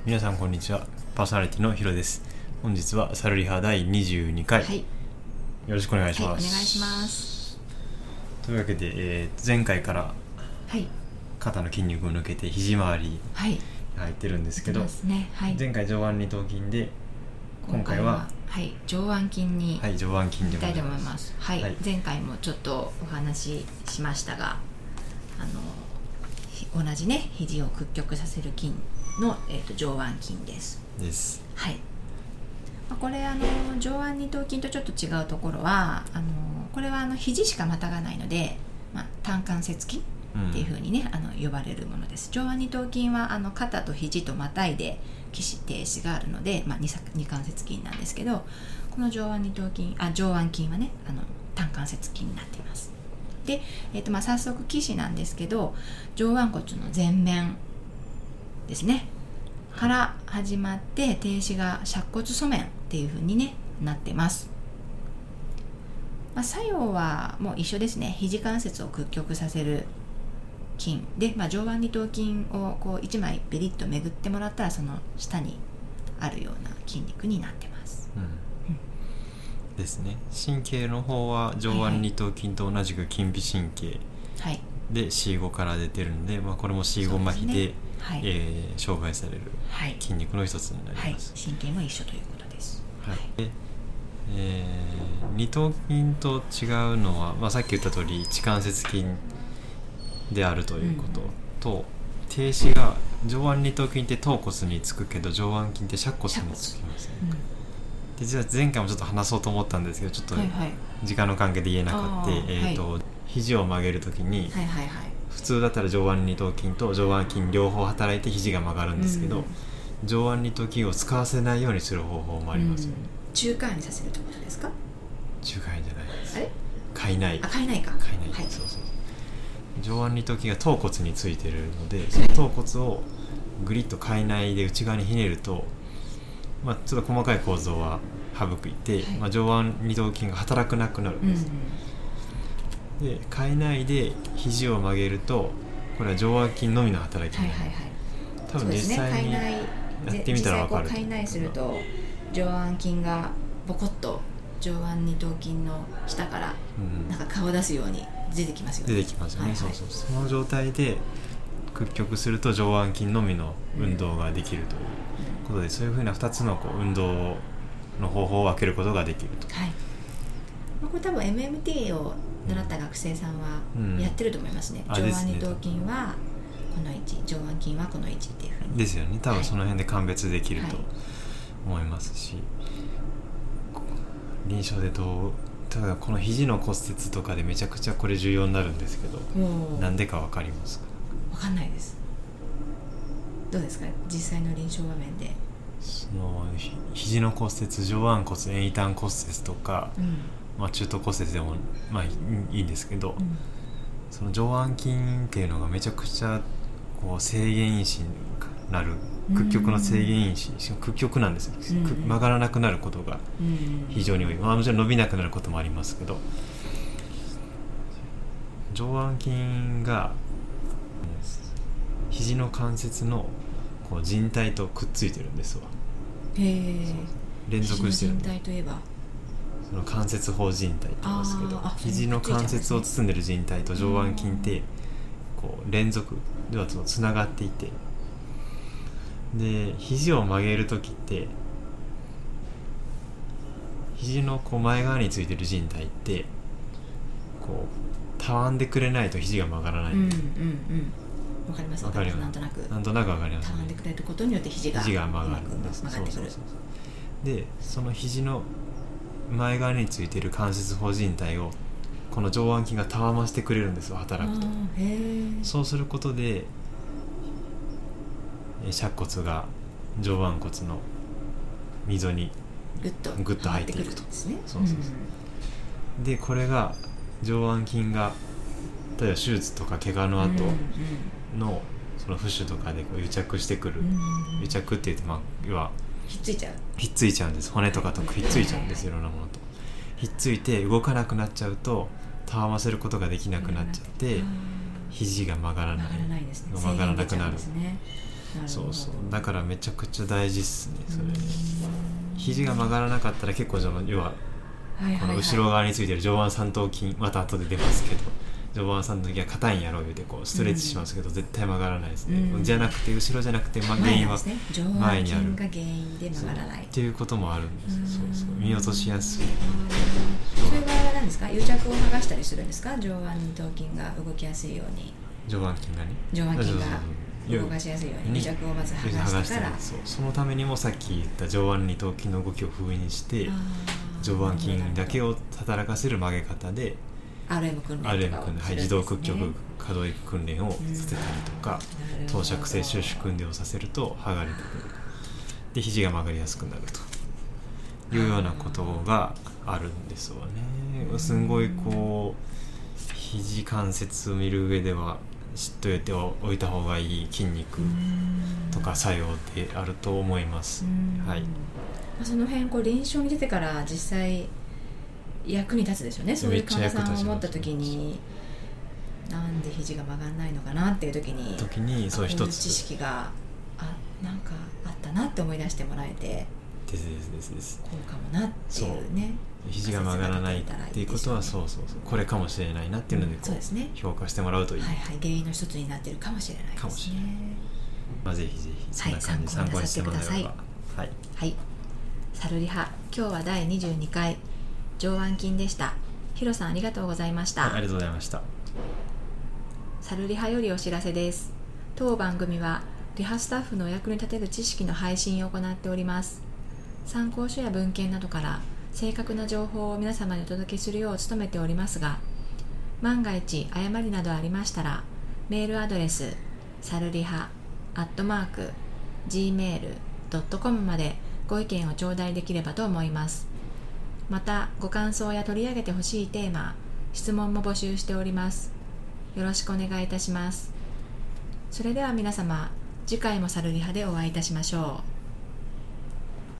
皆さんこんにちは。パーソナリティのヒロです。本日はサルリハ第22回、よろしくお願いします。 はい、お願いします。 というわけで、前回から肩の筋肉を抜けて肘周りに入ってるんですけど、前回上腕二頭筋で、今回は上腕筋に上腕筋でいきたいと思います。前回もちょっとお話ししましたが、同じね肘を屈曲させる筋の、上腕筋です。これ上腕二頭筋とちょっと違うところはこれは肘しかまたがないので、単関節筋っていう風にね、呼ばれるものです。上腕二頭筋は肩と肘とまたいで起死停止があるので、二関節筋なんですけど、この上腕二頭筋上腕筋はね単関節筋になっています。で、早速起死なんですけど、上腕骨の前面ですねから始まって停止が尺骨素面っていう風に、ね、なってます。作用はもう一緒ですね。肘関節を屈曲させる筋で、上腕二頭筋をこう1枚ベリッと巡ってもらったら、その下にあるような筋肉になってます、 ですね。神経の方は上腕二頭筋と同じく筋皮神経で C5 から出てるので、これも C5 麻痺で、障害される筋肉の一つになります。 神経も一緒ということです。 で二頭筋と違うのは、さっき言った通り一関節筋であるということと、停止が上腕二頭筋って頭骨につくけど上腕筋って尺骨につきますね。で実は前回もちょっと話そうと思ったんですけど、ちょっと時間の関係で言えなかった。肘を曲げるときに、普通だったら上腕二頭筋と上腕筋両方働いて肘が曲がるんですけど、上腕二頭筋を使わせないようにする方法もありますよね。 中間にさせるってことですか？ 中間じゃないです。 界内か。 そう上腕二頭筋が頭骨についてるので、その頭骨をグリッと界内で内側にひねると、ちょっと細かい構造は省いて、上腕二頭筋が働かなくなるんです。で界内で肘を曲げると、これは上腕筋のみの働きになる。多分実際にやってみたら分かる。 界内すると上腕筋がボコッと上腕二頭筋の下からなんか顔を出すように出てきますよね。その状態で屈曲すると上腕筋のみの運動ができるということで、そういうふうな2つの運動の方法を分けることができると。 これ多分 MMT を習った学生さんはやってると思いますね。上腕二頭筋はこの位置、上腕筋はこの位置っていうふうにですよね。多分その辺で鑑別できると思いますし、臨床でただこの肘の骨折とかでめちゃくちゃこれ重要になるんですけど、なんでか分かりますか？ 分かんないです。どうですか、実際の臨床場面で。 その肘の骨折、上腕骨遠位端骨折とか、中途骨折でもいいんですけど、その上腕筋っていうのがめちゃくちゃ制限因子になる、屈曲の制限因子、屈曲なんですよ。曲がらなくなることが非常に多い。もちろん伸びなくなることもありますけど、上腕筋が肘の関節の靭帯とくっついてるんですわ。連続してる。 靭帯といえばその関節包靭帯って言いますけど、肘の関節を包んでる靭帯と上腕筋って連続ではつながっていて、で肘を曲げるときって肘の前側についてる靭帯ってたわんでくれないと肘が曲がらないんで、 わかります。 なんとなくわかります。 たわんでくれることによって肘が曲がるんです。でその肘の前側についてる関節包靭帯をこの上腕筋がたわましてくれるんですよ、働くと。そうすることで尺骨が上腕骨の溝にグッと入っていくと。でこれが上腕筋が例えば手術とか怪我の後のその浮腫とかで癒着してくる、癒着って言って要はひっついちゃうんです。骨とかとひっついちゃうんです。いろんなものとひっついて動かなくなっちゃうと、たわませることができなくなっちゃって、肘が曲がらない、 曲がらないですね。 曲がらなくなる。 そうそうだからめちゃくちゃ大事っすねそれ。肘が曲がらなかったら結構要はこの後ろ側についてる上腕三頭筋また後で出ますけど上腕三頭筋が硬いんやろう言うてこうストレッチしますけど、絶対曲がらないですね、じゃなくて後ろじゃなくて、原因は前にある上腕筋が原因で曲がらないっていうこともあるんです。そうそう見落としやすい。 それは何ですか、癒着を剥がしたりするんですか、上腕二頭筋が動きやすいように。 上腕筋がね上腕筋が動かしやすいように癒着をまず剥がしてから、 そのためにもさっき言った上腕二頭筋の動きを封印して上腕筋だけを働かせる曲げ方で RM 訓練とかをするんですね。 自動屈曲可動域訓練をさせたりとか、投射性収縮訓練をさせると剥がれてくる。で肘が曲がりやすくなるというようなことがあるんですよね。すんごいこう肘関節を見る上では知っといておいた方がいい筋肉とか作用であると思います。はい。 その辺こう臨床に出てから実際役に立つでしょうね。そういう患者さんを持った時になんで肘が曲がらないのかなっていう時にそう一つ知識がなんかあったなって思い出してもらえてですこうかもなっていうね。 肘が曲がらないっていうことはそうこれかもしれないなっていうのでこう評価してもらうといい、 原因の一つになっているかもしれないですね。 ぜひぜひそんな感じで参考にしてもらえれば。 はい、サルリハ今日は第22回上腕筋でした。ヒロさんありがとうございました。 ありがとうございました。 サルリハよりお知らせです。当番組はリハスタッフのお役に立てる知識の配信を行っております。参考書や文献などから正確な情報を皆様にお届けするよう努めておりますが、万が一誤りなどありましたらメールアドレスサルリハ@gmail.com までご意見を頂戴できればと思います。またご感想や取り上げてほしいテーマ、質問も募集しております。よろしくお願いいたします。それでは皆様、次回もサルリハでお会いいたしましょう。